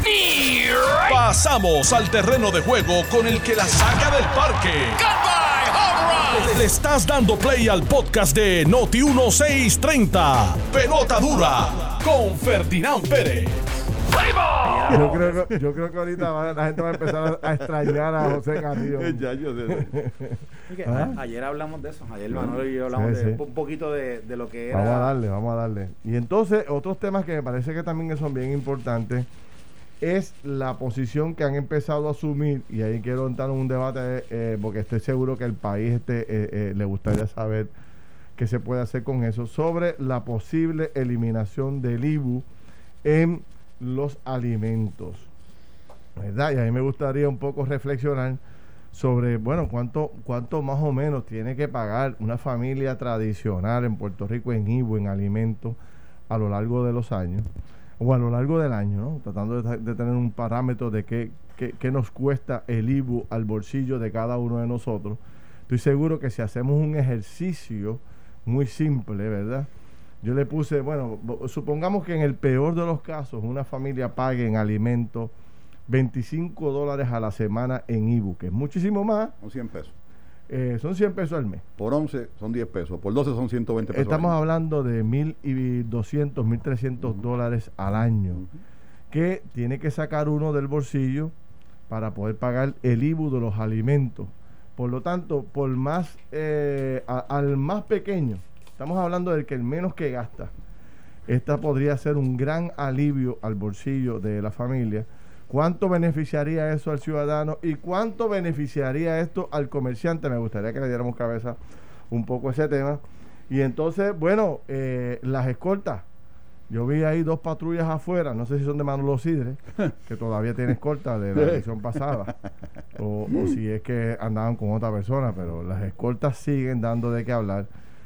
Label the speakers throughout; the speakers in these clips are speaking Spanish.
Speaker 1: Pasamos al terreno de juego con el que la saca del parque. Le estás dando play al podcast de Noti 1630. Pelota dura con Ferdinand Pérez.
Speaker 2: Yo creo que ahorita la gente va a empezar a extrañar a José Carrillo.
Speaker 3: Ayer hablamos de eso. Ayer Manuel y yo hablamos un poquito de lo que era.
Speaker 2: Vamos a darle. Y entonces, otros temas que me parece que también son bien importantes es la posición que han empezado a asumir, y ahí quiero entrar en un debate porque estoy seguro que el país le gustaría saber qué se puede hacer con eso, sobre la posible eliminación del IBU en los alimentos, ¿verdad? Y a mí me gustaría un poco reflexionar sobre, bueno, cuánto más o menos tiene que pagar una familia tradicional en Puerto Rico en IBU, en alimentos, a lo largo de los años, o a lo largo del año, ¿no? Tratando de tener un parámetro de qué nos cuesta el IBU al bolsillo de cada uno de nosotros. Estoy seguro que si hacemos un ejercicio muy simple, ¿verdad? Yo le puse, bueno, supongamos que en el peor de los casos una familia pague en alimentos $25 a la semana en IBU, que es muchísimo más.
Speaker 4: Son 100 pesos.
Speaker 2: Son 100 pesos al mes.
Speaker 4: Por 11 son 10 pesos. Por 12 son 120 pesos.
Speaker 2: Estamos hablando de $1,200, $1,300 al año, que tiene que sacar uno del bolsillo para poder pagar el IBU de los alimentos. Por lo tanto, por más al más pequeño, estamos hablando del que el menos que gasta. Esta podría ser un gran alivio al bolsillo de la familia. ¿Cuánto beneficiaría eso al ciudadano y cuánto beneficiaría esto al comerciante? Me gustaría que le diéramos cabeza un poco a ese tema. Y entonces, bueno, las escoltas. Yo vi ahí 2 patrullas afuera, no sé si son de Manolo Sidre, que todavía tiene escolta de la elección pasada, o si es que andaban con otra persona, pero las escoltas siguen dando de qué hablar.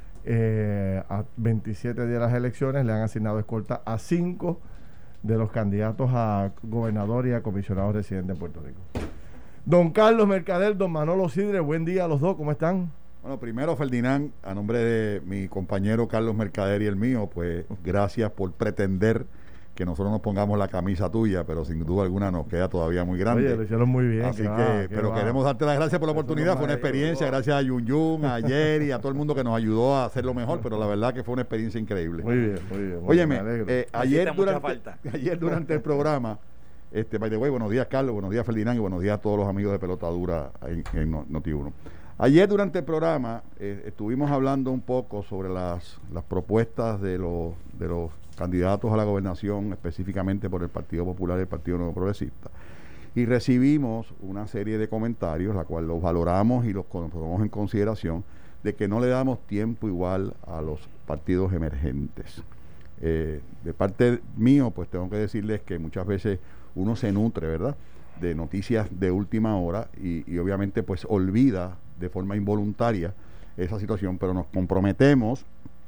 Speaker 2: A 27 días de las elecciones le han asignado escolta a 5 de los candidatos a gobernador y a comisionado residente en Puerto Rico. Don Carlos Mercader, don Manolo Sidre, buen día a los dos, ¿cómo están?
Speaker 4: Bueno, primero, Ferdinand, a nombre de mi compañero Carlos Mercader y el mío, pues gracias por pretender que nosotros nos pongamos la camisa tuya, pero sin duda alguna nos queda todavía muy grande.
Speaker 2: Oye, lo hicieron muy bien.
Speaker 4: Así pero queremos darte las gracias por la oportunidad. Fue una experiencia, gracias a Yun, a Jerry, a todo el mundo que nos ayudó a hacerlo mejor, pero la verdad que fue una experiencia increíble.
Speaker 2: Muy bien, muy bien.
Speaker 4: Óyeme, ayer durante el programa, by the way, buenos días Carlos, buenos días Ferdinand y buenos días a todos los amigos de Pelota Dura en Noti1. Ayer durante el programa estuvimos hablando un poco sobre las propuestas de los candidatos a la gobernación, específicamente por el Partido Popular y el Partido Nuevo Progresista, y recibimos una serie de comentarios, la cual los valoramos y los tomamos en consideración, de que no le damos tiempo igual a los partidos emergentes. De parte mío, pues tengo que decirles que muchas veces uno se nutre, ¿verdad?, de noticias de última hora y obviamente pues olvida de forma involuntaria esa situación, pero nos comprometemos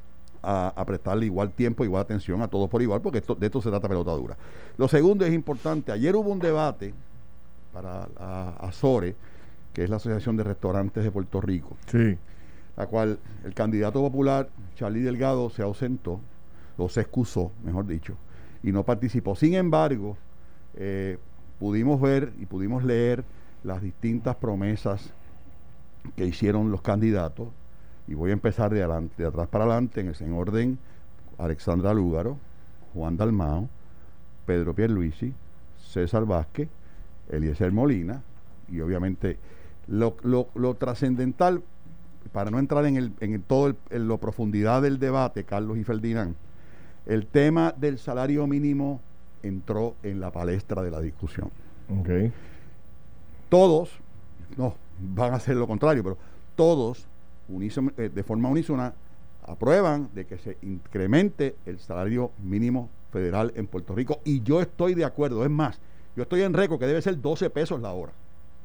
Speaker 4: a prestarle igual tiempo, igual atención a todos por igual, porque de esto se trata Pelota Dura. Lo segundo es importante. Ayer hubo un debate para ASORE, que es la Asociación de Restaurantes de Puerto Rico,
Speaker 2: sí,
Speaker 4: la cual el candidato popular Charlie Delgado se ausentó, o se excusó, mejor dicho, y no participó. Sin embargo, pudimos ver y pudimos leer las distintas promesas que hicieron los candidatos, y voy a empezar de atrás para adelante en orden: Alexandra Lúgaro, Juan Dalmao, Pedro Pierluisi, César Vázquez, Eliezer Molina, y obviamente lo trascendental, para no entrar en la profundidad del debate, Carlos y Ferdinand, el tema del salario mínimo entró en la palestra de la discusión.
Speaker 2: Okay.
Speaker 4: Todos, no, van a hacer lo contrario, pero todos, de forma unísona, aprueban de que se incremente el salario mínimo federal en Puerto Rico, y yo estoy de acuerdo. Es más, yo estoy en récord que debe ser 12 pesos la hora.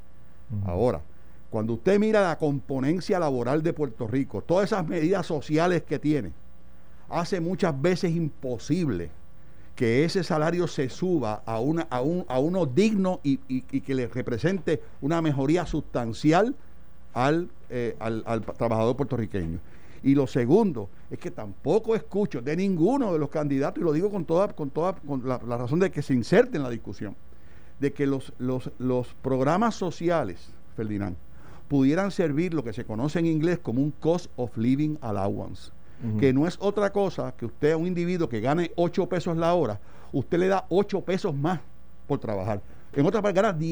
Speaker 4: Ahora, cuando usted mira la componencia laboral de Puerto Rico, todas esas medidas sociales que tiene, hace muchas veces imposible que ese salario se suba a uno digno y que le represente una mejoría sustancial al trabajador puertorriqueño. Y lo segundo es que tampoco escucho de ninguno de los candidatos, y lo digo con la razón de que se inserte en la discusión, de que los programas sociales, Ferdinand, pudieran servir lo que se conoce en inglés como un Cost of Living Allowance, que no es otra cosa que usted a un individuo que gane 8 pesos la hora, usted le da 8 pesos más por trabajar. En otras palabras, gana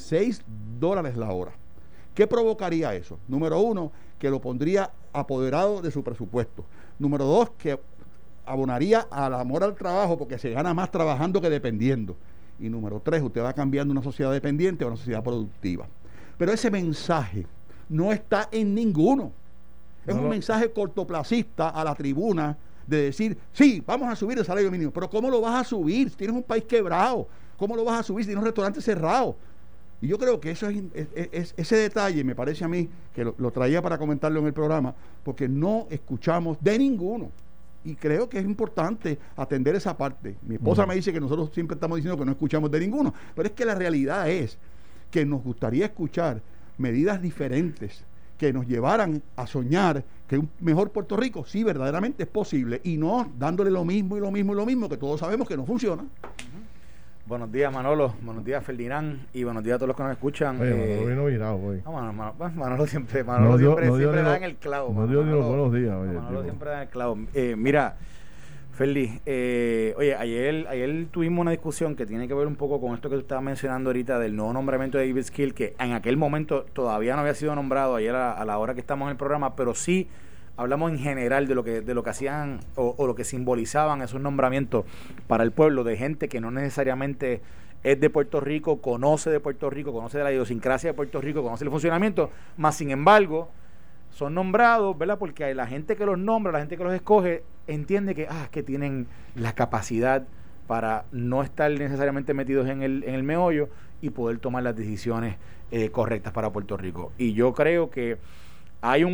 Speaker 4: $16 la hora. ¿Qué provocaría eso? Número 1, que lo pondría apoderado de su presupuesto. Número 2, que abonaría al amor al trabajo porque se gana más trabajando que dependiendo. Y número 3, usted va cambiando una sociedad dependiente a una sociedad productiva. Pero ese mensaje no está en ninguno. Es un mensaje cortoplacista a la tribuna de decir, sí, vamos a subir el salario mínimo. Pero ¿cómo lo vas a subir si tienes un país quebrado? ¿Cómo lo vas a subir si tienes un restaurante cerrado? Y yo creo que eso es ese detalle, me parece a mí, que lo traía para comentarlo en el programa, porque no escuchamos de ninguno. Y creo que es importante atender esa parte. Mi esposa me dice que nosotros siempre estamos diciendo que no escuchamos de ninguno, pero es que la realidad es que nos gustaría escuchar medidas diferentes que nos llevaran a soñar que un mejor Puerto Rico sí verdaderamente es posible, y no dándole lo mismo y lo mismo y lo mismo que todos sabemos que no funciona.
Speaker 3: Buenos días, Manolo, buenos días, Ferdinand, y buenos días a todos los que nos escuchan.
Speaker 2: Oye, Manolo vino virado hoy.
Speaker 3: Manolo siempre da en el clavo.
Speaker 2: No dio ni los buenos días. Oye,
Speaker 3: Manolo siempre da en el clavo. Mira, Ferdi, oye, ayer tuvimos una discusión que tiene que ver un poco con esto que tú estabas mencionando ahorita del nuevo nombramiento de David Skill, que en aquel momento todavía no había sido nombrado ayer a la hora que estamos en el programa, pero sí hablamos en general de lo que hacían o lo que simbolizaban esos nombramientos para el pueblo, de gente que no necesariamente es de Puerto Rico, conoce de Puerto Rico, conoce de la idiosincrasia de Puerto Rico, conoce el funcionamiento, más sin embargo son nombrados, ¿verdad? Porque la gente que los nombra, la gente que los escoge, entiende que tienen la capacidad para no estar necesariamente metidos en el meollo y poder tomar las decisiones correctas para Puerto Rico. Y yo creo que es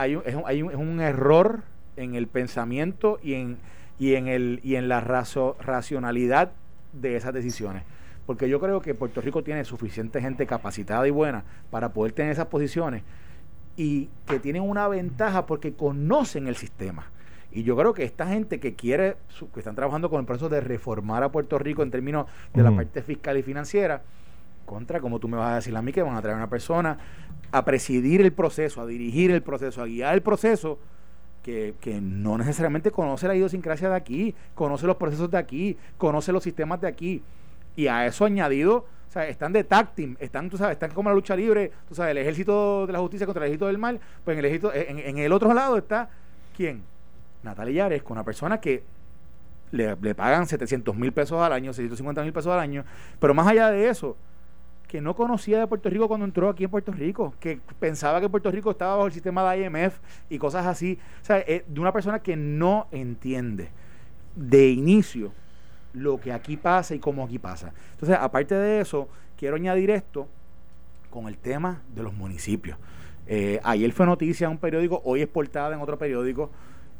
Speaker 3: un error en el pensamiento y en la racionalidad de esas decisiones. Porque yo creo que Puerto Rico tiene suficiente gente capacitada y buena para poder tener esas posiciones, y que tienen una ventaja porque conocen el sistema. Y yo creo que esta gente que están trabajando con el proceso de reformar a Puerto Rico en términos de la parte fiscal y financiera, como tú me vas a decir a mí que van a traer una persona a presidir el proceso, a dirigir el proceso, a guiar el proceso, que no necesariamente conoce la idiosincrasia de aquí, conoce los procesos de aquí, conoce los sistemas de aquí. Y a eso añadido, o sea, están de tag team, están como la lucha libre, tú sabes, el ejército de la justicia contra el ejército del mal. Pues en el otro lado está, ¿quién? Natalia Yares, con una persona que le pagan $700,000 al año, $650,000 al año, pero más allá de eso, que no conocía de Puerto Rico cuando entró aquí en Puerto Rico, que pensaba que Puerto Rico estaba bajo el sistema de IMF y cosas así. O sea, de una persona que no entiende de inicio lo que aquí pasa y cómo aquí pasa. Entonces, aparte de eso, quiero añadir esto con el tema de los municipios. Ayer fue noticia en un periódico, hoy es portada en otro periódico,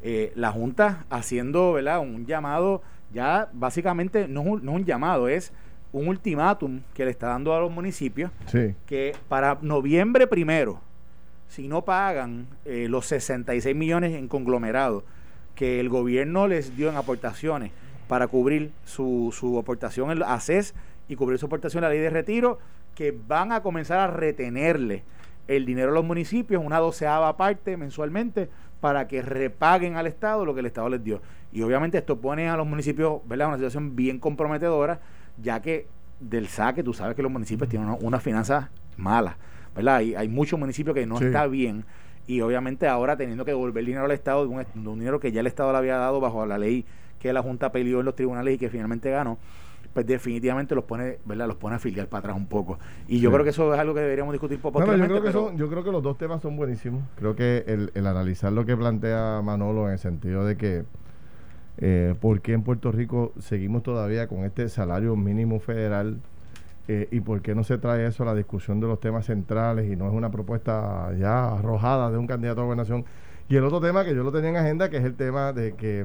Speaker 3: la Junta haciendo, ¿verdad?, un llamado, ya básicamente no es un llamado, es un ultimátum que le está dando a los municipios, sí, que para noviembre 1, si no pagan los 66 millones en conglomerado que el gobierno les dio en aportaciones para cubrir su aportación en ACES y cubrir su aportación a la ley de retiro, que van a comenzar a retenerle el dinero a los municipios, una 12ª parte mensualmente, para que repaguen al Estado lo que el Estado les dio. Y obviamente esto pone a los municipios, ¿verdad?, una situación bien comprometedora, ya que del saque tú sabes que los municipios tienen unas finanzas malas, ¿verdad? Hay muchos municipios que no está bien, y obviamente ahora teniendo que devolver dinero al Estado, de un dinero que ya el Estado le había dado bajo la ley que la Junta peleó en los tribunales y que finalmente ganó, pues definitivamente los pone a filiar para atrás un poco. Y yo creo que eso es algo que deberíamos discutir posteriormente.
Speaker 2: Yo creo que los dos temas son buenísimos. Creo que el analizar lo que plantea Manolo en el sentido de que por qué en Puerto Rico seguimos todavía con este salario mínimo federal, y por qué no se trae eso a la discusión de los temas centrales y no es una propuesta ya arrojada de un candidato a gobernación. Y el otro tema que yo lo tenía en agenda, que es el tema de que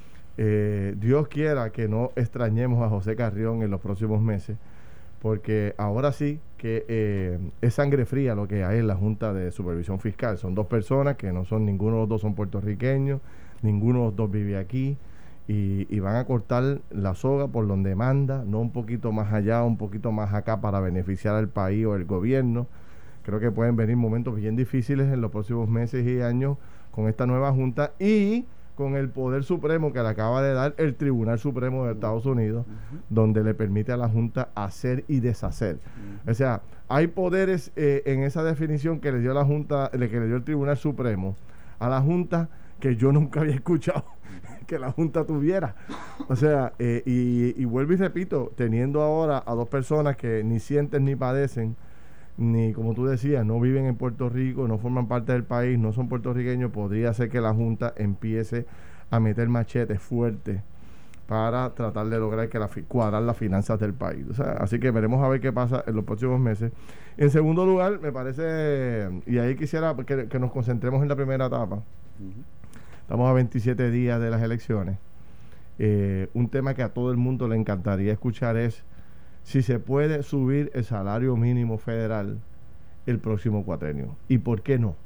Speaker 2: Dios quiera que no extrañemos a José Carrión en los próximos meses, porque ahora sí que es sangre fría lo que hay en la Junta de Supervisión Fiscal. Son dos personas que ninguno de los dos son puertorriqueños, ninguno de los dos vive aquí, y van a cortar la soga por donde manda, no un poquito más allá, un poquito más acá para beneficiar al país o el gobierno. Creo que pueden venir momentos bien difíciles en los próximos meses y años con esta nueva Junta y con el poder supremo que le acaba de dar el Tribunal Supremo de Estados Unidos, donde le permite a la Junta hacer y deshacer. O sea, hay poderes en esa definición que le dio la Junta, que le dio el Tribunal Supremo a la Junta que yo nunca había escuchado que la Junta tuviera. O sea, y vuelvo y repito, teniendo ahora a dos personas que ni sienten ni padecen, ni como tú decías, no viven en Puerto Rico, no forman parte del país, no son puertorriqueños, podría ser que la Junta empiece a meter machetes fuertes para tratar de lograr que cuadrar las finanzas del país. O sea, así que veremos a ver qué pasa en los próximos meses. En segundo lugar, me parece, y ahí quisiera que nos concentremos en la primera etapa. Estamos a 27 días de las elecciones. Un tema que a todo el mundo le encantaría escuchar es si se puede subir el salario mínimo federal el próximo cuatrenio. ¿Y por qué no?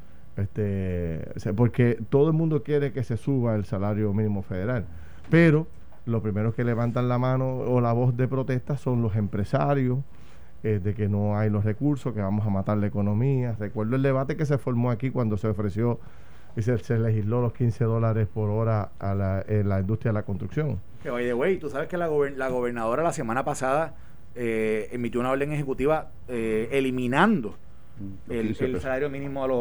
Speaker 2: Porque todo el mundo quiere que se suba el salario mínimo federal, pero los primeros que levantan la mano o la voz de protesta son los empresarios, de que no hay los recursos, que vamos a matar la economía. Recuerdo el debate que se formó aquí cuando se ofreció y se legisló los $15 por hora en la industria de la construcción. Que
Speaker 3: by the way, tú sabes que la gobernadora la semana pasada emitió una orden ejecutiva eliminando el salario mínimo a los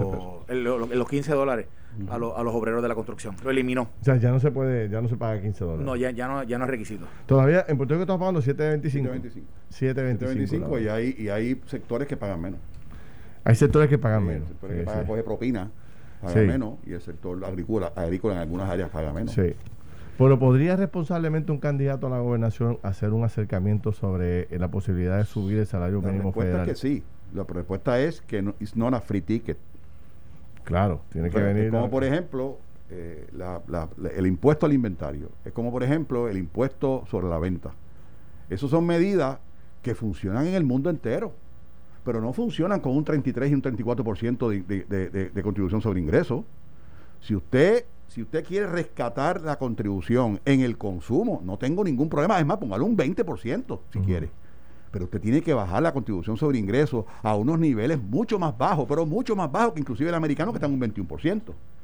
Speaker 3: $15 a los obreros de la construcción. Lo eliminó.
Speaker 2: O sea, ya no se paga $15.
Speaker 3: No, ya no es requisito.
Speaker 2: Todavía en Puerto Rico estamos pagando $7.25.
Speaker 4: $7.25 y hay sectores que pagan menos.
Speaker 2: Hay sectores que pagan menos.
Speaker 4: El sector que paga, coge propina, paga menos, y el sector agrícola en algunas áreas paga menos.
Speaker 2: Sí. Pero ¿podría responsablemente un candidato a la gobernación hacer un acercamiento sobre la posibilidad de subir el salario mínimo federal?
Speaker 4: La respuesta es que sí. La respuesta es que no, it's not a free ticket.
Speaker 2: Claro, tiene que venir.
Speaker 4: Es como, por ejemplo, el impuesto al inventario. Es como, por ejemplo, el impuesto sobre la venta. Esas son medidas que funcionan en el mundo entero, pero no funcionan con un 33 y un 34% de contribución sobre ingresos. Si usted quiere rescatar la contribución en el consumo, no tengo ningún problema. Es más, póngale un 20% si quiere. Pero usted tiene que bajar la contribución sobre ingresos a unos niveles mucho más bajos, pero mucho más bajos que inclusive el americano, que está en un 21%.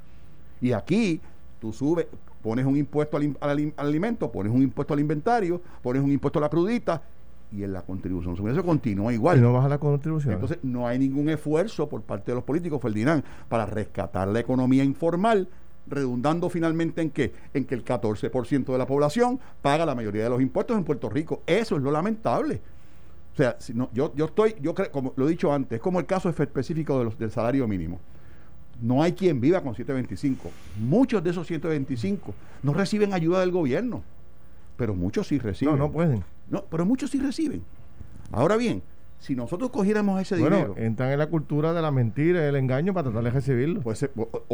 Speaker 4: Y aquí tú pones un impuesto al alimento, pones un impuesto al inventario, pones un impuesto a la crudita, y en la contribución sobre eso continúa igual.
Speaker 2: Y no baja la contribución.
Speaker 4: Entonces no hay ningún esfuerzo por parte de los políticos, Ferdinand, para rescatar la economía informal, redundando finalmente en que el 14% de la población paga la mayoría de los impuestos en Puerto Rico. Eso es lo lamentable. O sea, si no, yo creo, como lo he dicho antes, es como el caso específico del salario mínimo. No hay quien viva con 725. Muchos de esos 125 no reciben ayuda del gobierno, pero muchos sí reciben.
Speaker 2: No pueden.
Speaker 4: No, pero muchos sí reciben. Ahora bien, si nosotros cogiéramos ese dinero...
Speaker 2: entran en la cultura de la mentira y el engaño para tratar de recibirlo.
Speaker 4: Pues,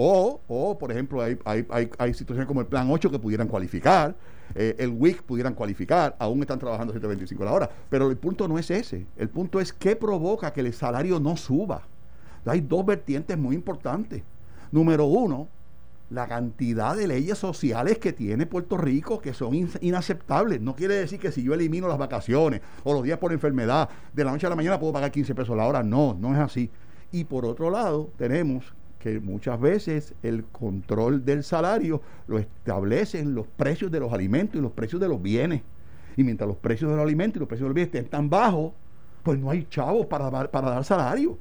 Speaker 4: o por ejemplo, hay situaciones como el Plan 8 que pudieran cualificar, el WIC pudieran cualificar, aún están trabajando 725 la hora. Pero el punto no es ese. El punto es qué provoca que el salario no suba. Hay dos vertientes muy importantes. Número uno, la cantidad de leyes sociales que tiene Puerto Rico que son inaceptables. No quiere decir que si yo elimino las vacaciones o los días por enfermedad, de la noche a la mañana puedo pagar 15 pesos la hora. No es así. Y por otro lado, tenemos que muchas veces el control del salario lo establecen los precios de los alimentos y los precios de los bienes. Y mientras los precios de los alimentos y los precios de los bienes estén tan bajos, pues no hay chavos para dar salario.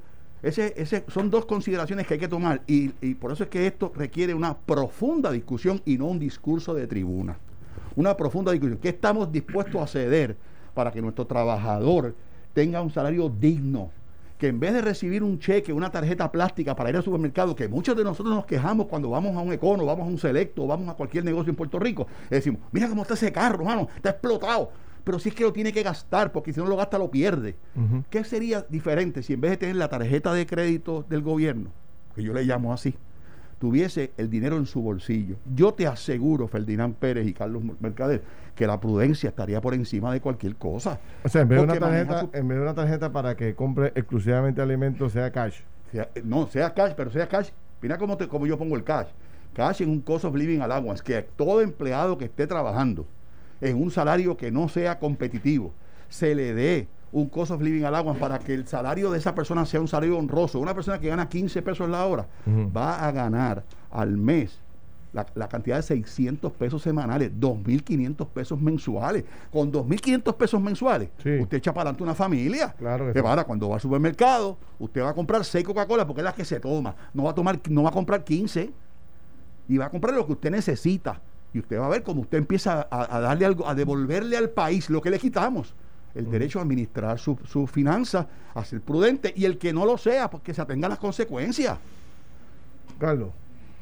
Speaker 4: Son dos consideraciones que hay que tomar y por eso es que esto requiere una profunda discusión y no un discurso de tribuna. Una profunda discusión. ¿Qué estamos dispuestos a ceder para que nuestro trabajador tenga un salario digno? Que en vez de recibir un cheque, una tarjeta plástica para ir al supermercado, que muchos de nosotros nos quejamos cuando vamos a un Econo, vamos a un Selecto, vamos a cualquier negocio en Puerto Rico, decimos, mira cómo está ese carro, mano, está explotado. Pero si es que lo tiene que gastar, porque si no lo gasta lo pierde. ¿Qué sería diferente si en vez de tener la tarjeta de crédito del gobierno, que yo le llamo así, tuviese el dinero en su bolsillo? Yo te aseguro, Ferdinand Pérez y Carlos Mercader, que la prudencia estaría por encima de cualquier cosa.
Speaker 2: O sea, en vez de una tarjeta para que compre exclusivamente alimentos, sea cash.
Speaker 4: Sea cash, pero sea cash. Mira cómo yo pongo el cash. Cash en un cost of living allowance, que todo empleado que esté trabajando en un salario que no sea competitivo, se le dé un cost of living allowance para que el salario de esa persona sea un salario honroso. Una persona que gana 15 pesos la hora va a ganar al mes la cantidad de 600 pesos semanales, 2.500 pesos mensuales. Con 2.500 pesos mensuales, usted echa para adelante una familia.
Speaker 2: Claro
Speaker 4: que para cuando va al supermercado, usted va a comprar 6 Coca-Cola porque es la que se toma. No va a comprar 15 y va a comprar lo que usted necesita. Y usted va a ver cómo usted empieza a darle algo, a devolverle al país lo que le quitamos. El derecho a administrar sus finanzas, a ser prudente, y el que no lo sea, pues que se atenga a las consecuencias.
Speaker 2: Carlos.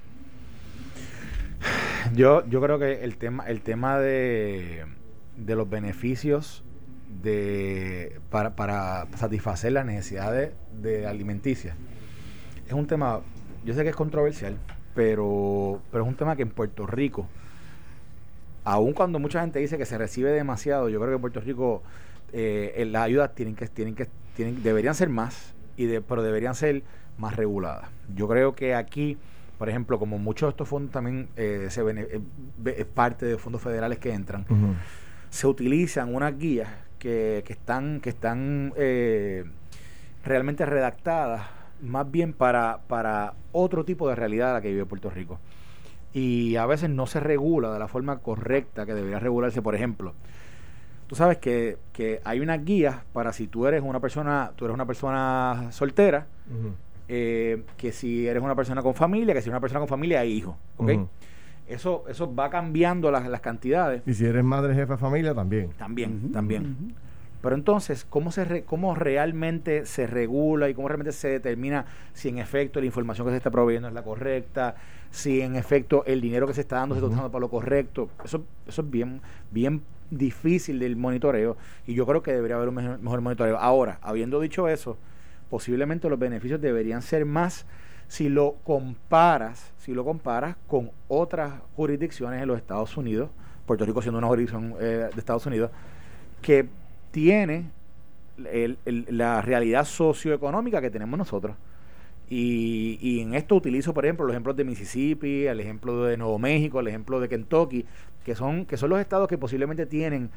Speaker 3: Yo creo que el tema de los beneficios para satisfacer las necesidades de alimenticia es un tema, yo sé que es controversial, pero es un tema que en Puerto Rico, aun cuando mucha gente dice que se recibe demasiado, yo creo que en Puerto Rico las ayudas deberían ser más, pero deberían ser más reguladas. Yo creo que aquí, por ejemplo, como muchos de estos fondos también es parte de fondos federales que entran, se utilizan unas guías que están realmente redactadas más bien para otro tipo de realidad a la que vive Puerto Rico. Y a veces no se regula de la forma correcta que debería regularse. Por ejemplo, tú sabes que hay unas guías para si tú eres una persona soltera, que si eres una persona con familia, que si eres una persona con familia e hijos, ¿ok? Eso va cambiando las cantidades.
Speaker 2: Y si eres madre, jefa de familia, también.
Speaker 3: También. Pero entonces, ¿cómo realmente se regula y cómo realmente se determina si en efecto la información que se está proveyendo es la correcta, si en efecto el dinero que se está dando se está usando para lo correcto? Eso es bien difícil del monitoreo, y yo creo que debería haber un mejor monitoreo. Ahora, habiendo dicho eso, posiblemente los beneficios deberían ser más si lo comparas con otras jurisdicciones en los Estados Unidos, Puerto Rico siendo una jurisdicción de Estados Unidos, que tiene la realidad socioeconómica que tenemos nosotros. Y en esto utilizo, por ejemplo, los ejemplos de Mississippi, el ejemplo de Nuevo México, el ejemplo de Kentucky, que son los estados que posiblemente tienen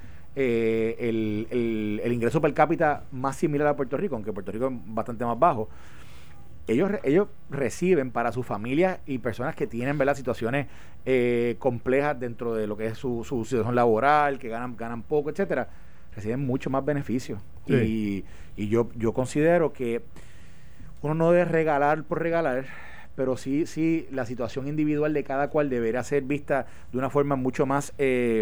Speaker 3: el ingreso per cápita más similar a Puerto Rico, aunque Puerto Rico es bastante más bajo. Ellos reciben para sus familias y personas que tienen, ¿verdad?, situaciones complejas dentro de lo que es su situación laboral, que ganan poco, etcétera, reciben mucho más beneficios. Sí. Y yo considero que uno no debe regalar por regalar, pero sí la situación individual de cada cual deberá ser vista de una forma mucho más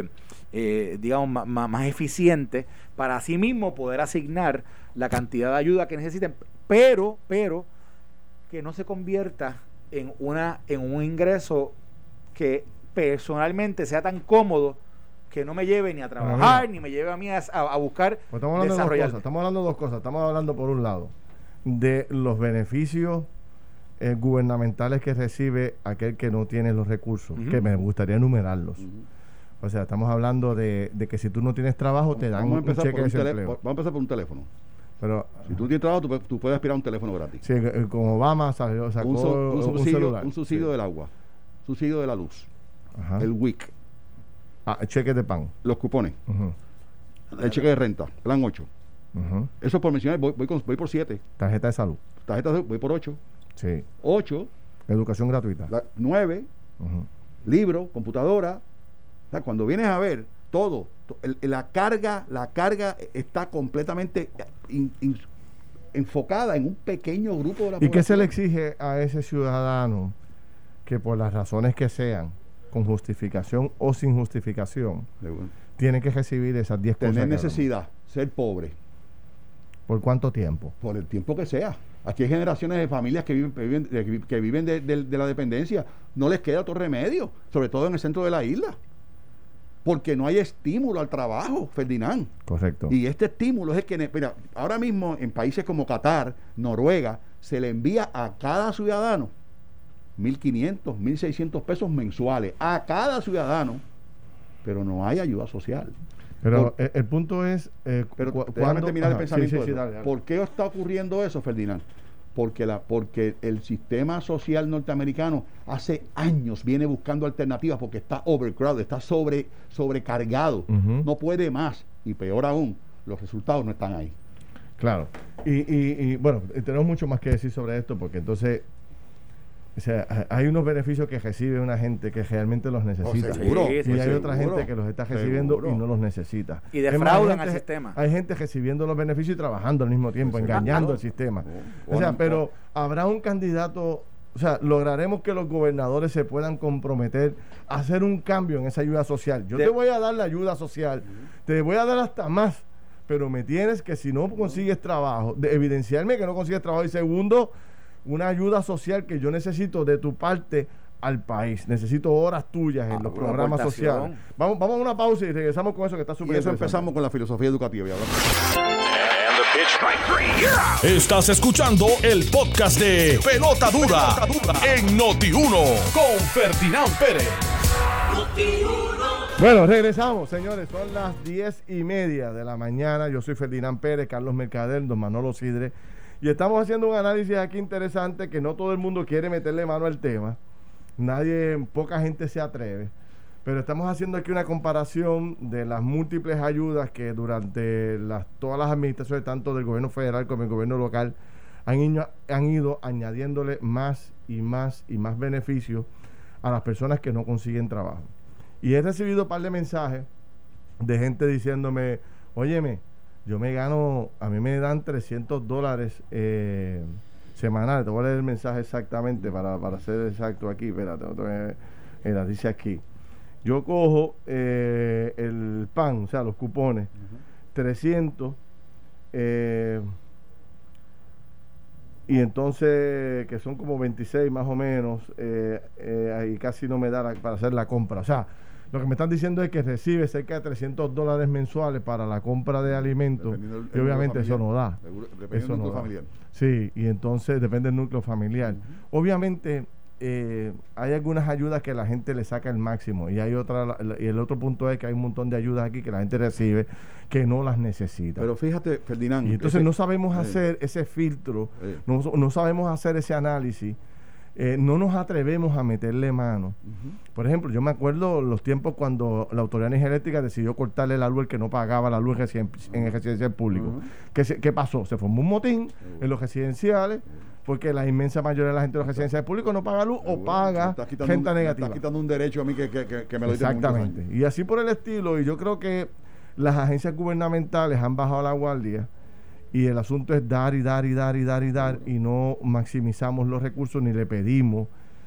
Speaker 3: digamos más eficiente, para así mismo poder asignar la cantidad de ayuda que necesiten, pero que no se convierta en un ingreso que personalmente sea tan cómodo que no me lleve ni a trabajar, ni me lleve a mí a buscar desarrollar.
Speaker 2: Estamos hablando de dos cosas. Estamos hablando, por un lado, de los beneficios gubernamentales que recibe aquel que no tiene los recursos, que me gustaría enumerarlos. O sea, estamos hablando de que si tú no tienes trabajo, te dan un cheque de desempleo.
Speaker 4: Vamos a empezar por un teléfono.
Speaker 2: Pero
Speaker 4: si tú tienes trabajo, tú puedes aspirar a un teléfono gratis.
Speaker 2: Sí, como Obama sacó un celular.
Speaker 4: Un subsidio del agua, subsidio de la luz, el WIC.
Speaker 2: Cheques de pan.
Speaker 4: Los cupones. El cheque de renta, plan 8. Eso por mencionar, voy por 7.
Speaker 2: Tarjeta de salud.
Speaker 4: Tarjeta de salud, voy por 8.
Speaker 2: Sí.
Speaker 4: 8.
Speaker 2: Educación gratuita.
Speaker 4: 9. Libro, computadora. O sea, cuando vienes a ver todo, la carga está completamente enfocada en un pequeño grupo de la población.
Speaker 2: ¿Y qué se le exige a ese ciudadano que por las razones que sean, con justificación o sin justificación, tiene que recibir esas 10 cosas?
Speaker 4: Tener necesidad, ser pobre.
Speaker 2: ¿Por cuánto tiempo?
Speaker 4: Por el tiempo que sea. Aquí hay generaciones de familias que viven de la dependencia. No les queda otro remedio, sobre todo en el centro de la isla, porque no hay estímulo al trabajo, Ferdinand.
Speaker 2: Correcto.
Speaker 4: Y este estímulo es el que, mira, ahora mismo en países como Qatar, Noruega, se le envía a cada ciudadano 1.500, 1.600 pesos mensuales a cada ciudadano, pero no hay ayuda social.
Speaker 2: Pero el punto es...
Speaker 4: pero déjame terminar el pensamiento. Dale. ¿Por qué está ocurriendo eso, Ferdinand? porque el sistema social norteamericano hace años viene buscando alternativas porque está overcrowded, está sobrecargado, no puede más, y peor aún, los resultados no están ahí.
Speaker 2: Claro, y bueno, tenemos mucho más que decir sobre esto, porque entonces, o sea, hay unos beneficios que recibe una gente que realmente los necesita.
Speaker 4: Seguro,
Speaker 2: y hay otra gente que los está recibiendo y no los necesita.
Speaker 3: Y defraudan al sistema.
Speaker 2: Hay gente recibiendo los beneficios y trabajando al mismo tiempo, engañando al sistema. O sea, pero habrá un candidato, o sea, lograremos que los gobernadores se puedan comprometer a hacer un cambio en esa ayuda social. Yo te voy a dar la ayuda social, te voy a dar hasta más, pero me tienes que, si no consigues trabajo, de evidenciarme que no consigues trabajo, y segundo, una ayuda social que yo necesito de tu parte al país. Necesito horas tuyas en los programas sociales. Vamos a una pausa y regresamos con eso que está súper
Speaker 4: interesante. Y eso empezamos con la filosofía educativa.
Speaker 1: Estás escuchando el podcast de Pelota Dura en Noti1 con Ferdinand Pérez.
Speaker 2: Bueno, regresamos, señores. Son las 10:30 de la mañana. Yo soy Ferdinand Pérez, Carlos Mercader, don Manolo Sidre. Y estamos haciendo un análisis aquí interesante que no todo el mundo quiere meterle mano al tema. Poca gente se atreve. Pero estamos haciendo aquí una comparación de las múltiples ayudas que durante todas las administraciones, tanto del gobierno federal como del gobierno local, han ido añadiéndole más y más y más beneficios a las personas que no consiguen trabajo. Y he recibido un par de mensajes de gente diciéndome, óyeme, yo me gano, a mí me dan $300 semanales. Te voy a leer el mensaje exactamente para ser exacto aquí. Espérate, mira, dice aquí. Yo cojo el PAN, o sea, los cupones, 300, y entonces, que son como 26 más o menos, ahí casi no me da para hacer la compra. O sea, lo que me están diciendo es que recibe cerca de $300 mensuales para la compra de alimentos, y obviamente eso no da.
Speaker 4: Depende del núcleo familiar.
Speaker 2: Sí, y entonces depende del núcleo familiar. Obviamente hay algunas ayudas que la gente le saca el máximo, y hay otra, y el otro punto es que hay un montón de ayudas aquí que la gente recibe que no las necesita.
Speaker 4: Pero fíjate, Ferdinand,
Speaker 2: y entonces no sabemos hacer ese filtro, no sabemos hacer ese análisis. No nos atrevemos a meterle mano. Por ejemplo, yo me acuerdo los tiempos cuando la Autoridad de Energía Eléctrica decidió cortarle la luz al que no pagaba la luz en el residencial público. ¿Qué pasó? Se formó un motín en los residenciales porque la inmensa mayoría de la gente de los residenciales públicos no paga luz o paga renta negativa.
Speaker 4: Está quitando un derecho a mí que me lo diste.
Speaker 2: Exactamente. Y así por el estilo, y yo creo que las agencias gubernamentales han bajado la guardia. Y el asunto es dar y dar y dar y dar y dar, y no maximizamos los recursos ni le pedimos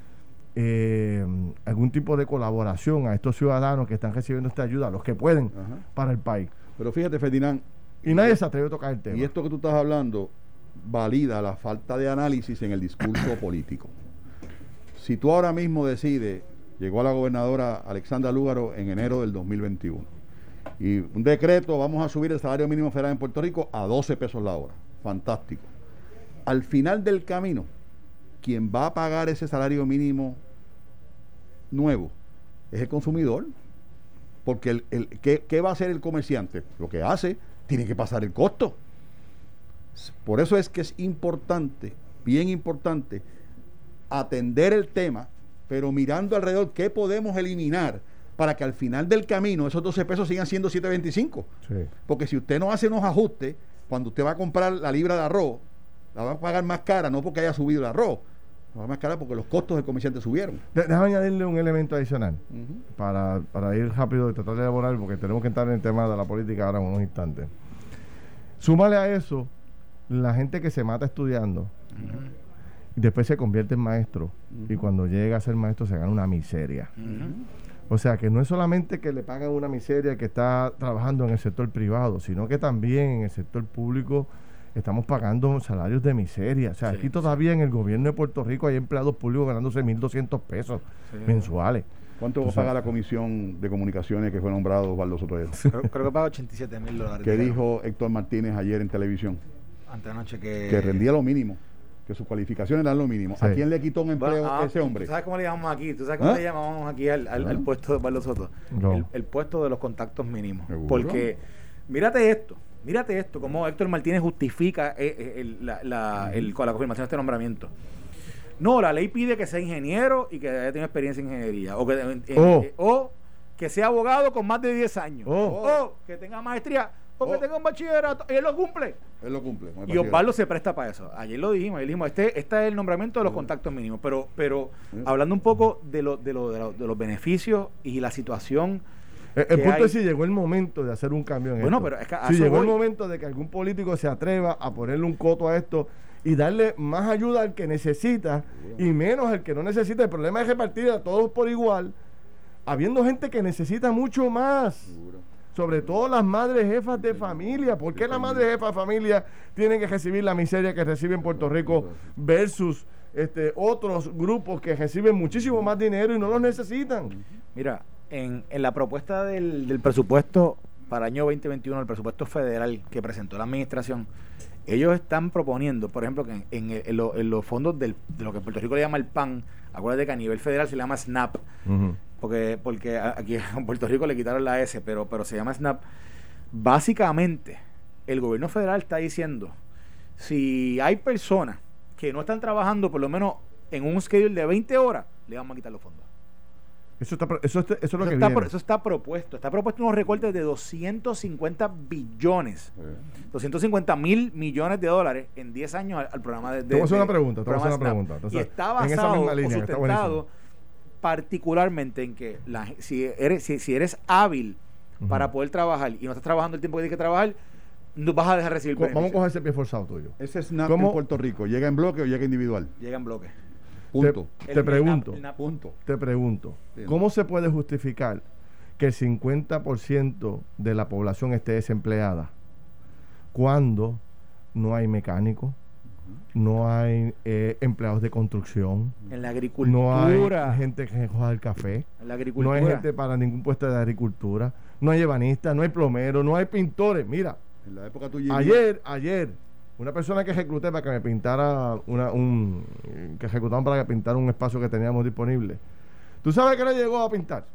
Speaker 2: algún tipo de colaboración a estos ciudadanos que están recibiendo esta ayuda, los que pueden, para el país.
Speaker 4: Pero fíjate, Ferdinand,
Speaker 2: y nadie se atreve a tocar el tema.
Speaker 4: Y esto que tú estás hablando valida la falta de análisis en el discurso político. Si tú ahora mismo decides, llegó a la gobernadora Alexandra Lúgaro en enero del 2021, y un decreto, vamos a subir el salario mínimo federal en Puerto Rico a 12 pesos la hora. Fantástico. Al final del camino, quien va a pagar ese salario mínimo nuevo es el consumidor. Porque ¿qué va a hacer el comerciante? Lo que hace, tiene que pasar el costo. Por eso es que es importante, bien importante, atender el tema, pero mirando alrededor qué podemos eliminar para que al final del camino esos 12 pesos sigan siendo 7.25.
Speaker 2: Sí.
Speaker 4: Porque si usted no hace unos ajustes, cuando usted va a comprar la libra de arroz, la va a pagar más cara, no porque haya subido el arroz, la va a pagar más cara porque los costos del comerciante subieron.
Speaker 2: Déjame añadirle un elemento adicional para ir rápido y tratar de elaborar, porque tenemos que entrar en el tema de la política ahora en unos instantes. Súmale a eso la gente que se mata estudiando y después se convierte en maestro, y cuando llega a ser maestro se gana una miseria. O sea, que no es solamente que le pagan una miseria que está trabajando en el sector privado, sino que también en el sector público estamos pagando salarios de miseria. O sea, aquí todavía en el gobierno de Puerto Rico hay empleados públicos ganándose $1,200 mensuales.
Speaker 4: ¿Cuánto paga la Comisión de Comunicaciones que fue nombrado Osvaldo Sotomayor?
Speaker 3: Creo que paga $87,000.
Speaker 4: ¿Qué dijo Héctor Martínez ayer en televisión?
Speaker 3: Antenoche
Speaker 4: que rendía lo mínimo, que sus cualificaciones eran lo mínimo. Sí. ¿A quién le quitó un empleo ese hombre?
Speaker 3: ¿Tú sabes cómo le llamamos aquí? ¿Tú sabes cómo le llamamos aquí al puesto de Osvaldo Soto?
Speaker 2: No.
Speaker 3: El puesto de los contactos mínimos.
Speaker 4: ¿Seguro?
Speaker 3: Porque, mírate esto, Mírate esto, cómo Héctor Martínez justifica la confirmación de este nombramiento. No, la ley pide que sea ingeniero y que haya tenido experiencia en ingeniería. O que sea abogado con más de 10 años. O que tenga maestría. O que tenga un bachillerato. Y él lo cumple. Y Osvaldo se presta para eso. Ayer lo dijimos. Este es el nombramiento de los contactos mínimos. Pero hablando un poco de los beneficios y la situación.
Speaker 2: El punto es si llegó el momento de hacer un cambio en esto.
Speaker 3: Pero es que
Speaker 2: si llegó el momento de que algún político se atreva a ponerle un coto a esto y darle más ayuda al que necesita y menos al que no necesita. El problema es repartir a todos por igual, habiendo gente que necesita mucho más. Sobre todo las madres jefas de familia. ¿Por qué las madres jefas de familia tienen que recibir la miseria que recibe en Puerto Rico versus otros grupos que reciben muchísimo más dinero y no los necesitan?
Speaker 3: Mira, en la propuesta del presupuesto para el año 2021, el presupuesto federal que presentó la administración, ellos están proponiendo, por ejemplo, que en los fondos de lo que en Puerto Rico le llama el PAN, acuérdate que a nivel federal se le llama SNAP, porque aquí en Puerto Rico le quitaron la S, pero se llama SNAP. Básicamente, el gobierno federal está diciendo, si hay personas que no están trabajando por lo menos en un schedule de 20 horas, le vamos a quitar los fondos.
Speaker 2: Eso es lo que viene.
Speaker 3: Eso está propuesto. Está propuesto unos recortes de 250 billones, 250 mil millones de dólares en 10 años al programa de...
Speaker 2: Te voy a hacer una pregunta. Entonces,
Speaker 3: y está basado o sustentado particularmente en que si eres hábil para poder trabajar y no estás trabajando el tiempo que tienes que trabajar, no vas a dejar de recibir beneficios.
Speaker 2: Vamos a coger ese pie forzado tuyo.
Speaker 4: Ese SNAP en Puerto Rico, ¿llega en bloque o llega individual?
Speaker 3: Llega en bloque.
Speaker 4: Punto.
Speaker 2: Te pregunto, ¿cómo se puede justificar que el 50% de la población esté desempleada cuando no hay mecánicos, no hay empleados de construcción,
Speaker 3: en la agricultura,
Speaker 2: no hay gente que coja el café,
Speaker 3: en la agricultura,
Speaker 2: no hay gente para ningún puesto de agricultura, no hay ebanistas, no hay plomeros, no hay pintores? Mira,
Speaker 4: en la época tuya,
Speaker 2: ayer una persona que recluté para que me pintara que ejecutaban para que pintara un espacio que teníamos disponible. ¿Tú sabes que le llegó a pintar?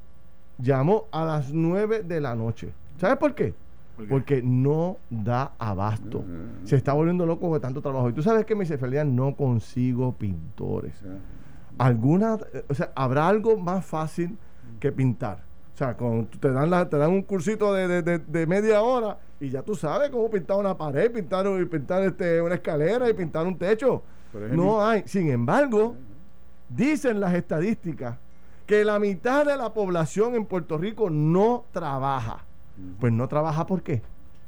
Speaker 2: Llamó a las 9 de la noche. ¿Sabes por qué? Porque no da abasto. Se está volviendo loco de tanto trabajo. Y tú sabes que me dice, Felian, no consigo pintores. ¿Habrá algo más fácil que pintar? O sea, te dan un cursito de media hora y ya tú sabes cómo pintar una pared, pintar una escalera y pintar un techo. No hay. Sin embargo, dicen las estadísticas que la mitad de la población en Puerto Rico no trabaja. Pues no trabaja, ¿por qué?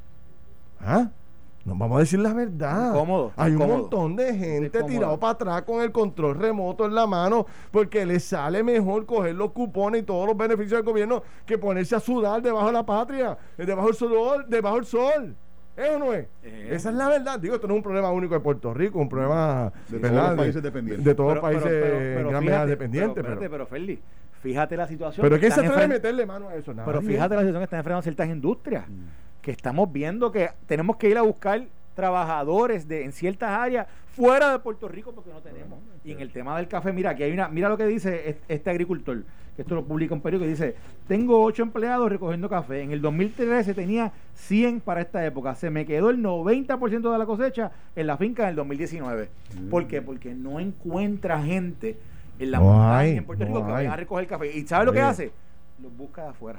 Speaker 2: Nos vamos a decir la verdad. Hay un montón de gente tirado para atrás con el control remoto en la mano porque les sale mejor coger los cupones y todos los beneficios del gobierno que ponerse a sudar debajo de la patria, debajo del sol. ¿Es o no es? Esa es la verdad. Digo, esto no es un problema único de Puerto Rico, un problema
Speaker 4: de todos los países dependientes.
Speaker 2: De todos los países en gran medida dependientes.
Speaker 3: Pero Ferli, fíjate la situación.
Speaker 2: ¿Pero quién se atreve a meterle mano a eso?
Speaker 3: Pero fíjate la situación que están enfrentando ciertas industrias. Que estamos viendo que tenemos que ir a buscar trabajadores en ciertas áreas fuera de Puerto Rico porque no tenemos. Y en el tema del café, mira lo que dice este agricultor, que esto lo publica un periódico, que dice, tengo 8 empleados recogiendo café. En el 2013 tenía 100 para esta época. Se me quedó el 90% de la cosecha en la finca en el 2019. ¿Por qué? Porque no encuentra gente en la montaña en Puerto Rico que vaya a recoger café. ¿Y sabe lo que hace? Los busca de afuera.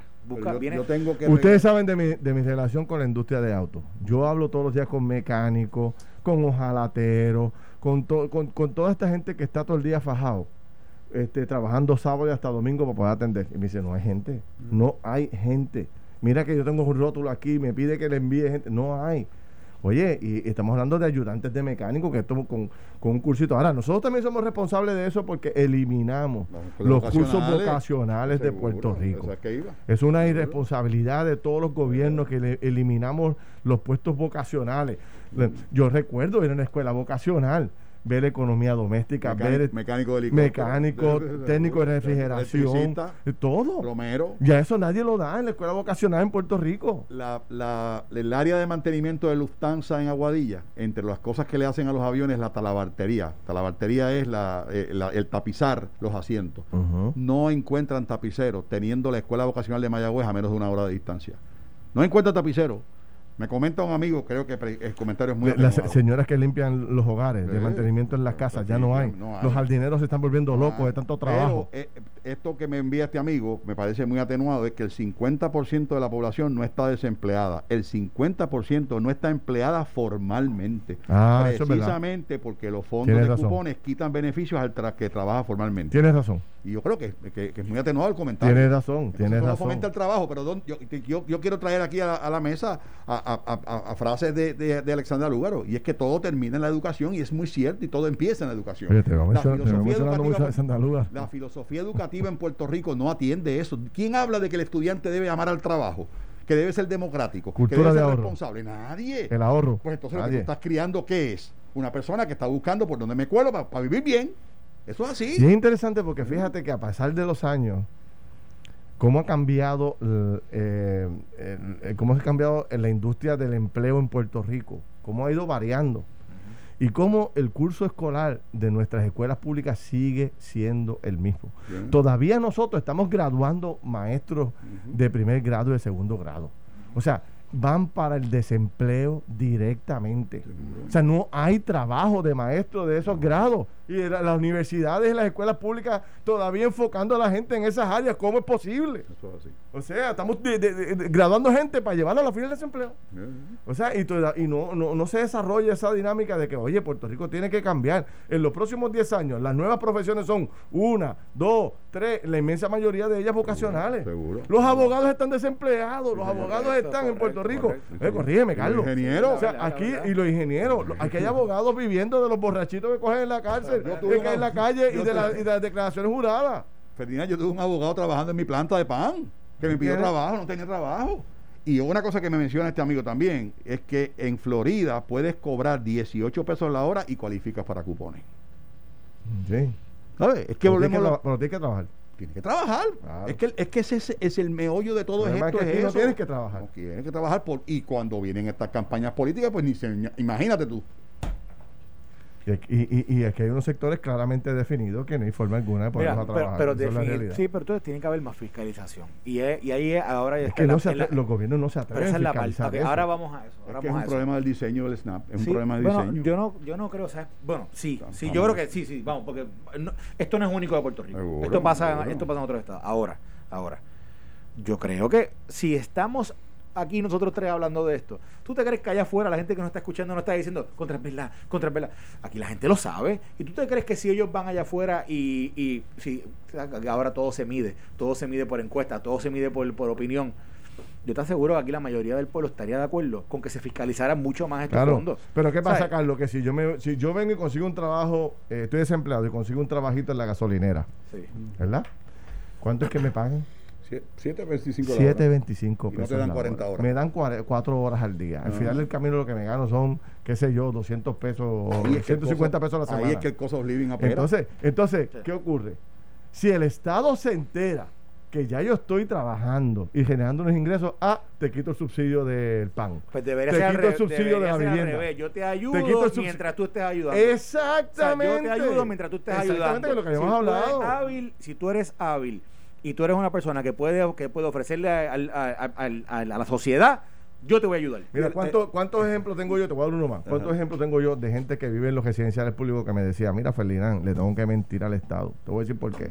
Speaker 2: Ustedes saben de mi relación con la industria de autos. Yo hablo todos los días con mecánicos, con hojalateros, con toda esta gente que está todo el día fajado, trabajando sábado y hasta domingo para poder atender. Y me dice, no hay gente. No hay gente. Mira que yo tengo un rótulo aquí, me pide que le envíe gente. No hay. Oye, y estamos hablando de ayudantes de mecánicos, que esto con un cursito. Ahora, nosotros también somos responsables de eso porque eliminamos los cursos vocacionales de Puerto Rico. Es una irresponsabilidad de todos los gobiernos que eliminamos los puestos vocacionales. Yo recuerdo ir a una escuela vocacional, ver economía doméstica,
Speaker 4: mecánico de helicóptero,
Speaker 2: técnico de refrigeración, todo.
Speaker 4: Plomero.
Speaker 2: Ya eso nadie lo da en la escuela vocacional en Puerto Rico.
Speaker 4: El área de mantenimiento de Lufthansa en Aguadilla, entre las cosas que le hacen a los aviones, la talabartería. Talabartería es el tapizar los asientos. No encuentran tapiceros teniendo la escuela vocacional de Mayagüez a menos de 1 hora de distancia. No encuentran tapiceros. Me comenta un amigo, creo que el comentario es muy
Speaker 2: las señoras que limpian los hogares, de mantenimiento en las casas, ya no hay. Los jardineros se están volviendo locos de tanto trabajo.
Speaker 4: Pero esto que me envía este amigo me parece muy atenuado, es que el 50% de la población no está desempleada. El 50% no está empleada formalmente. Precisamente porque los fondos de cupones quitan beneficios al que trabaja formalmente.
Speaker 2: Tienes razón.
Speaker 4: Y yo creo que es muy atenuado el comentario.
Speaker 2: Tienes razón, tienes razón.
Speaker 4: Fomenta el trabajo, pero yo quiero traer aquí a la mesa a frases de Alexandra Lúgaro, y es que todo termina en la educación, y es muy cierto, y todo empieza en la educación. La filosofía educativa en Puerto Rico no atiende eso. ¿Quién habla de que el estudiante debe amar al trabajo? Que debe ser democrático,
Speaker 2: cultura
Speaker 4: que debe
Speaker 2: ser
Speaker 4: responsable. Nadie.
Speaker 2: El ahorro.
Speaker 4: Pues entonces lo que tú estás criando, ¿qué es? Una persona que está buscando por donde me cuelo para vivir bien. Eso es así.
Speaker 2: Y es interesante porque fíjate que a pasar de los años, cómo ha cambiado cómo ha cambiado en la industria del empleo en Puerto Rico, cómo ha ido variando, y cómo el curso escolar de nuestras escuelas públicas sigue siendo el mismo. Todavía nosotros estamos graduando maestros de primer grado y de segundo grado. O sea, van para el desempleo directamente. O sea, no hay trabajo de maestro de esos grados. Y las universidades y las escuelas públicas todavía enfocando a la gente en esas áreas. ¿Cómo es posible?
Speaker 4: Eso es así.
Speaker 2: O sea, estamos graduando gente para llevarla a la fila del desempleo. O sea, y no se desarrolla esa dinámica de que, oye, Puerto Rico tiene que cambiar. En los próximos 10 años, las nuevas profesiones son 1, 2, 3, la inmensa mayoría de ellas vocacionales.
Speaker 4: Seguro.
Speaker 2: Los abogados están desempleados, los abogados están en Puerto Rico. Corrígeme, Carlos.
Speaker 4: Los ingenieros.
Speaker 2: O sea, aquí, y los ingenieros, aquí hay abogados viviendo de los borrachitos que cogen en la cárcel, que caen en la calle y de las declaraciones juradas.
Speaker 4: Ferdinand, yo tuve un abogado trabajando en mi planta de pan, que me pidió trabajo, no tenía trabajo. Y una cosa que me menciona este amigo también, es que en Florida puedes cobrar 18 pesos la hora y cualificas para cupones.
Speaker 2: Sí.
Speaker 4: ¿Sabes? Es que volvemos
Speaker 2: pero tienes que trabajar.
Speaker 4: Tienes que trabajar.
Speaker 2: Claro.
Speaker 4: Es que ese es el meollo de todo esto.
Speaker 2: Es no tienes que trabajar.
Speaker 4: No tienes que trabajar y cuando vienen estas campañas políticas, pues imagínate tú.
Speaker 2: Y aquí hay unos sectores claramente definidos que no hay forma alguna de ponerlos a trabajar.
Speaker 3: Pero entonces tiene que haber más fiscalización. Y ahí ahora
Speaker 2: es que los gobiernos no se atreven a fiscalizar.
Speaker 3: Okay, ahora vamos a eso.
Speaker 4: Es un problema del diseño del SNAP. Es un problema del diseño.
Speaker 3: Yo no creo, ¿sabes? Bueno, sí, yo creo que sí, vamos, porque esto no es único de Puerto Rico. Seguro, esto pasa en otros estados. Ahora, yo creo que si estamos aquí nosotros tres hablando de esto, ¿tú te crees que allá afuera la gente que nos está escuchando no está diciendo contra es verdad? Aquí la gente lo sabe. ¿Y tú te crees que si ellos van allá afuera y si ahora todo se mide por encuesta, todo se mide por opinión? Yo te aseguro que aquí la mayoría del pueblo estaría de acuerdo con que se fiscalizaran mucho más estos fondos.
Speaker 2: Pero ¿qué pasa, Carlos? Que si yo vengo y consigo un trabajo, estoy desempleado y consigo un trabajito en la gasolinera, ¿verdad? ¿Cuánto es que me pagan?
Speaker 4: 7.25
Speaker 2: 7.25 pesos.
Speaker 4: Y no te dan 40 horas.
Speaker 2: Me dan 4 horas al día. Al final del camino lo que me gano son, qué sé yo, 200 pesos, 150 pesos a la semana.
Speaker 4: Ahí es que el cost of living apera.
Speaker 2: Entonces, ¿qué ocurre? Si el Estado se entera que ya yo estoy trabajando y generando unos ingresos, te quito el subsidio del pan.
Speaker 3: Pues debería ser
Speaker 2: el subsidio de la vivienda.
Speaker 3: Yo te ayudo mientras tú estés ayudando.
Speaker 2: Exactamente.
Speaker 3: O sea, yo te ayudo mientras tú estés ayudando.
Speaker 2: Exactamente lo que habíamos hablado.
Speaker 3: Si tú eres hábil y tú eres una persona que puede ofrecerle a la sociedad, yo te voy a ayudar.
Speaker 2: Mira, ¿cuántos ejemplos tengo yo? Te voy a dar uno más. ¿Cuántos ejemplos tengo yo de gente que vive en los residenciales públicos que me decía, mira, Ferdinand, le tengo que mentir al Estado? Te voy a decir por qué.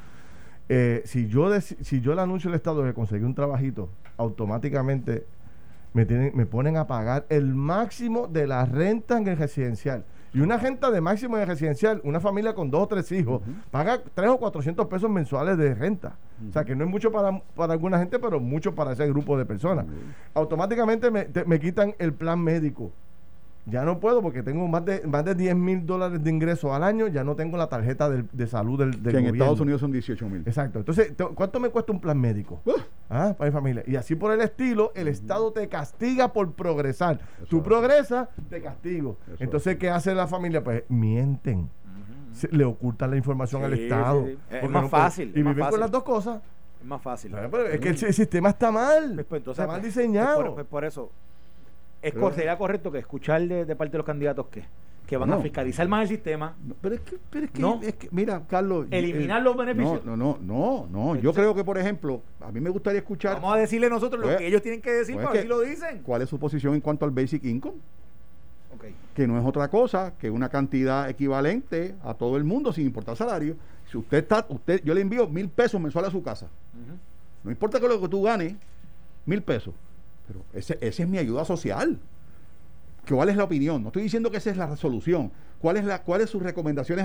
Speaker 2: Si yo le anuncio al Estado que conseguí un trabajito, automáticamente me ponen a pagar el máximo de la renta en el residencial. Y una renta de máximo en el residencial, una familia con 2 o 3 hijos, paga 300 o 400 pesos mensuales de renta. O sea, que no es mucho para alguna gente, pero mucho para ese grupo de personas. Automáticamente me quitan el plan médico. Ya no puedo porque tengo más de $10,000 de ingresos al año, ya no tengo la tarjeta de salud del
Speaker 4: que
Speaker 2: gobierno.
Speaker 4: En Estados Unidos son 18,000.
Speaker 2: Exacto. Entonces, ¿cuánto me cuesta un plan médico? Para mi familia. Y así por el estilo, el Estado te castiga por progresar. Tú progresas, te castigo. Entonces, ¿qué hace la familia? Pues mienten. Le ocultan la información al Estado.
Speaker 3: Es más fácil.
Speaker 2: Y viven con las dos cosas.
Speaker 3: Es más fácil.
Speaker 2: Pero es que el sistema está mal. Está mal diseñado.
Speaker 3: Por eso. Sería correcto que escuchar de parte de los candidatos que van a fiscalizar más el sistema.
Speaker 4: No, pero es que, mira, Carlos,
Speaker 3: eliminar los beneficios.
Speaker 4: No. Yo creo que, por ejemplo, a mí me gustaría escuchar.
Speaker 3: Vamos a decirle nosotros lo que ellos tienen que decir para ver si lo dicen.
Speaker 4: ¿Cuál es su posición en cuanto al basic income?
Speaker 3: Okay.
Speaker 4: Que no es otra cosa que una cantidad equivalente a todo el mundo sin importar salario. Si yo le envío $1,000 mensuales a su casa. No importa que lo que tú ganes, $1,000. Pero ese es mi ayuda social. ¿Cuál es la opinión? No estoy diciendo que esa es la resolución. ¿Cuáles sus recomendaciones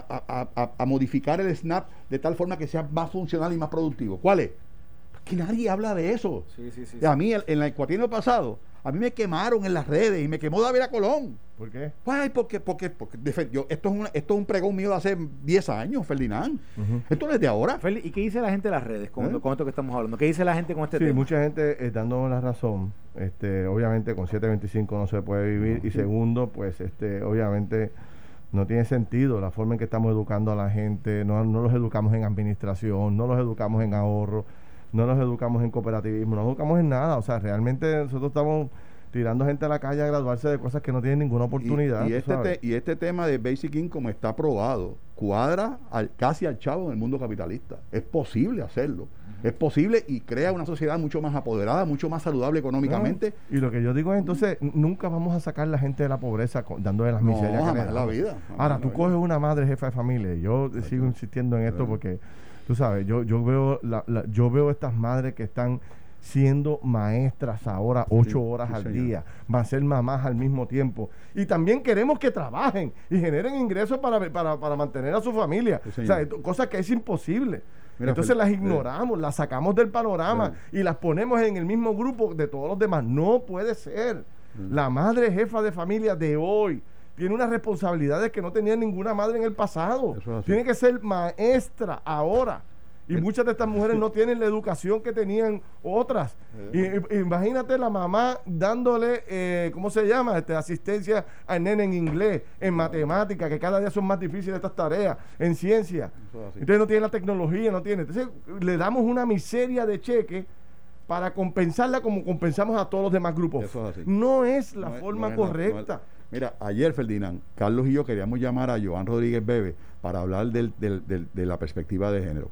Speaker 4: a modificar el SNAP de tal forma que sea más funcional y más productivo? ¿Cuál es? Que nadie habla de eso.
Speaker 3: Sí.
Speaker 4: A mí, en el cuatrienio pasado, a mí me quemaron en las redes y me quemó Dávila Colón.
Speaker 2: ¿Por qué?
Speaker 4: Ay, porque esto es un pregón mío de hace 10 años, Ferdinand. Esto no es de ahora.
Speaker 3: ¿Y qué dice la gente en las redes con esto que estamos hablando? ¿Qué dice la gente con este tema?
Speaker 2: Sí, mucha gente dándonos la razón. Obviamente con 7.25 no se puede vivir. Y segundo, pues obviamente no tiene sentido la forma en que estamos educando a la gente. No los educamos en administración, no los educamos en ahorro, no los educamos en cooperativismo, no los educamos en nada. O sea, realmente nosotros estamos tirando gente a la calle a graduarse de cosas que no tienen ninguna oportunidad.
Speaker 4: Y este tema de Basic Income está aprobado, cuadra casi al chavo en el mundo capitalista. Es posible hacerlo, es posible y crea una sociedad mucho más apoderada, mucho más saludable económicamente.
Speaker 2: Y lo que yo digo es, entonces, nunca vamos a sacar a la gente de la pobreza dándole las miserias que le damos.
Speaker 4: La vida.
Speaker 2: Ahora, tú coges una madre jefa de familia, y yo sigo insistiendo en esto porque, tú sabes, yo veo estas madres que están siendo maestras ahora 8 horas al día, van a ser mamás al mismo tiempo, y también queremos que trabajen y generen ingresos para mantener a su familia, o sea, cosas que es imposible. Mira, entonces las ignoramos, las sacamos del panorama y las ponemos en el mismo grupo de todos los demás. No puede ser. La madre jefa de familia de hoy tiene unas responsabilidades que no tenía ninguna madre en el pasado. Tiene que ser maestra ahora. Y muchas de estas mujeres no tienen la educación que tenían otras. Imagínate la mamá dándole, ¿cómo se llama? Asistencia al nene en inglés, en matemática, que cada día son más difíciles estas tareas, en ciencia. Entonces no tiene la tecnología, no tiene. Entonces le damos una miseria de cheque para compensarla como compensamos a todos los demás grupos. No es la forma correcta.
Speaker 4: Mira, ayer, Ferdinand, Carlos y yo queríamos llamar a Joan Rodríguez Bebe para hablar de la perspectiva de género.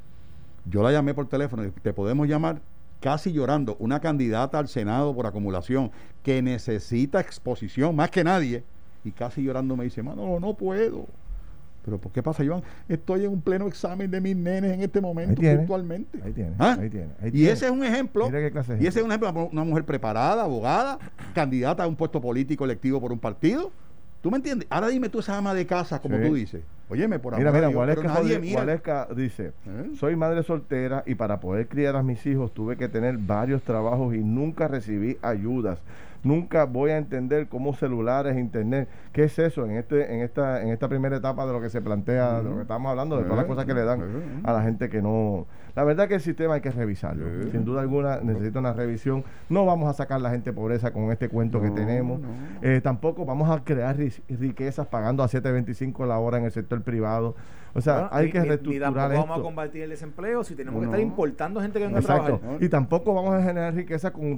Speaker 4: Yo la llamé por teléfono y te podemos llamar casi llorando, una candidata al Senado por acumulación que necesita exposición más que nadie, y casi llorando me dice, mano, no puedo. Pero ¿por qué pasa, Joan? Estoy en un pleno examen de mis nenes en este momento, virtualmente. Ahí tiene. Y ese es un ejemplo.
Speaker 2: Mira qué clase de
Speaker 4: y ese es un ejemplo de una mujer preparada, abogada, candidata a un puesto político electivo por un partido. ¿Tú me entiendes? Ahora dime tú esa ama de casa, como tú dices. Óyeme, por amor
Speaker 2: a Dios, Gualesca dice, soy madre soltera y para poder criar a mis hijos tuve que tener varios trabajos y nunca recibí ayudas. Nunca voy a entender cómo celulares, internet, ¿qué es eso en esta primera etapa de lo que se plantea, de lo que estamos hablando, de todas las cosas que le dan a la gente que no... La verdad que el sistema hay que revisarlo. Sin duda alguna necesita una revisión. No vamos a sacar a la gente de pobreza con este cuento que tenemos. Tampoco vamos a crear riquezas pagando a 7.25 la hora en el sector privado. O sea, hay que reestructurar esto.
Speaker 3: Vamos a combatir el desempleo si tenemos que estar importando gente que venga a trabajar.
Speaker 2: Y tampoco vamos a generar riqueza con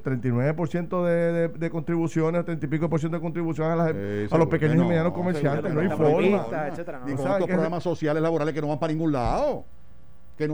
Speaker 2: 39% de contribuciones, 30 y pico % de contribuciones a los pequeños y medianos comerciantes. No hay forma.
Speaker 4: Ni con estos programas sociales laborales que no van para ningún lado. Y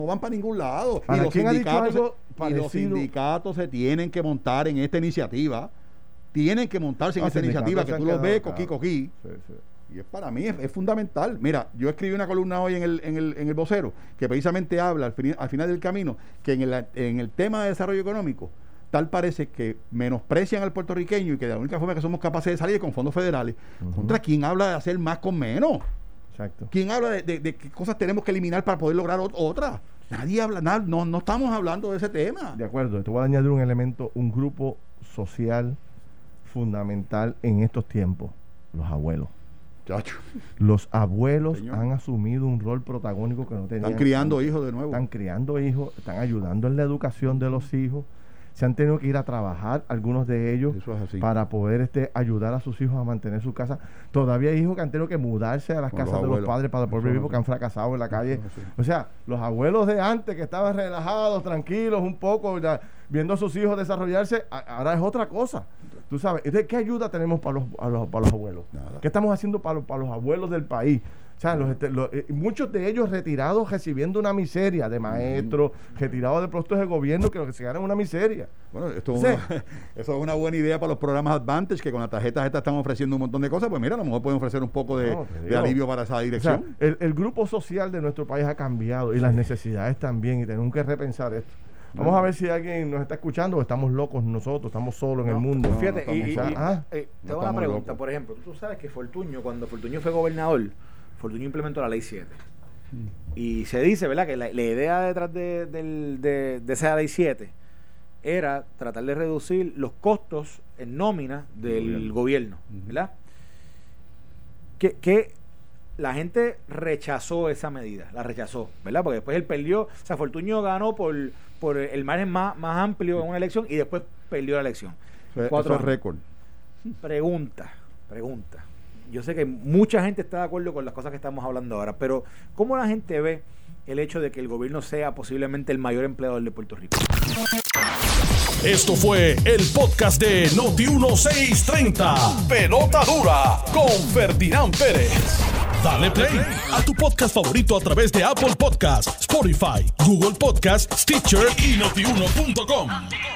Speaker 4: los sindicatos se tienen que montar en esta iniciativa. Tienen que montarse en esta iniciativa que tú los ves, coquí. Y para mí es fundamental. Mira, yo escribí una columna hoy en el Vocero que precisamente habla al final del camino que en el tema de desarrollo económico tal parece que menosprecian al puertorriqueño y que la única forma que somos capaces de salir es con fondos federales. ¿Contra quién habla de hacer más con menos?
Speaker 2: Exacto.
Speaker 4: ¿Quién habla de qué cosas tenemos que eliminar para poder lograr otras? Nadie habla, no estamos hablando de ese tema.
Speaker 2: De acuerdo, te voy a añadir un elemento, un grupo social fundamental en estos tiempos, los abuelos.
Speaker 4: Chacho.
Speaker 2: Los abuelos han asumido un rol protagónico que no tenían.
Speaker 4: Están criando hijos de nuevo.
Speaker 2: Están criando hijos, están ayudando en la educación de los hijos. Se han tenido que ir a trabajar algunos de ellos para poder ayudar a sus hijos a mantener su casa. Todavía hay hijos que han tenido que mudarse a las casas de los padres para poder vivir porque han fracasado en la calle. O sea, los abuelos de antes que estaban relajados, tranquilos un poco, viendo a sus hijos desarrollarse, ahora es otra cosa. Tú sabes, entonces, ¿qué ayuda tenemos para los abuelos?
Speaker 4: Nada.
Speaker 2: ¿Qué estamos haciendo para los abuelos del país? O sea, muchos de ellos retirados recibiendo una miseria de maestros, retirados de puestos de gobierno que lo que se ganan es una miseria.
Speaker 4: Bueno, eso es una buena idea para los programas Advantage, que con las tarjetas estas están ofreciendo un montón de cosas. Pues mira, a lo mejor pueden ofrecer un poco de alivio para esa dirección.
Speaker 2: O sea, el grupo social de nuestro país ha cambiado y las necesidades también, y tenemos que repensar esto. Vamos a ver si alguien nos está escuchando o estamos locos nosotros, estamos solos en el mundo.
Speaker 3: Fíjate, tengo una pregunta. Locos. Por ejemplo, tú sabes que cuando Fortuño fue gobernador, Fortuño implementó la Ley 7. Y se dice, ¿verdad?, que la idea detrás de esa Ley 7 era tratar de reducir los costos en nómina del gobierno, ¿verdad? Que la gente rechazó esa medida, la rechazó, ¿verdad? Porque después él perdió, o sea, Fortuño ganó por el margen más amplio en una elección y después perdió la elección.
Speaker 4: Eso es récord.
Speaker 3: Pregunta. Yo sé que mucha gente está de acuerdo con las cosas que estamos hablando ahora, pero ¿cómo la gente ve el hecho de que el gobierno sea posiblemente el mayor empleador de Puerto Rico?
Speaker 1: Esto fue el podcast de Noti1630. Pelota dura con Ferdinand Pérez. Dale play a tu podcast favorito a través de Apple Podcasts, Spotify, Google Podcasts, Stitcher y Notiuno.com.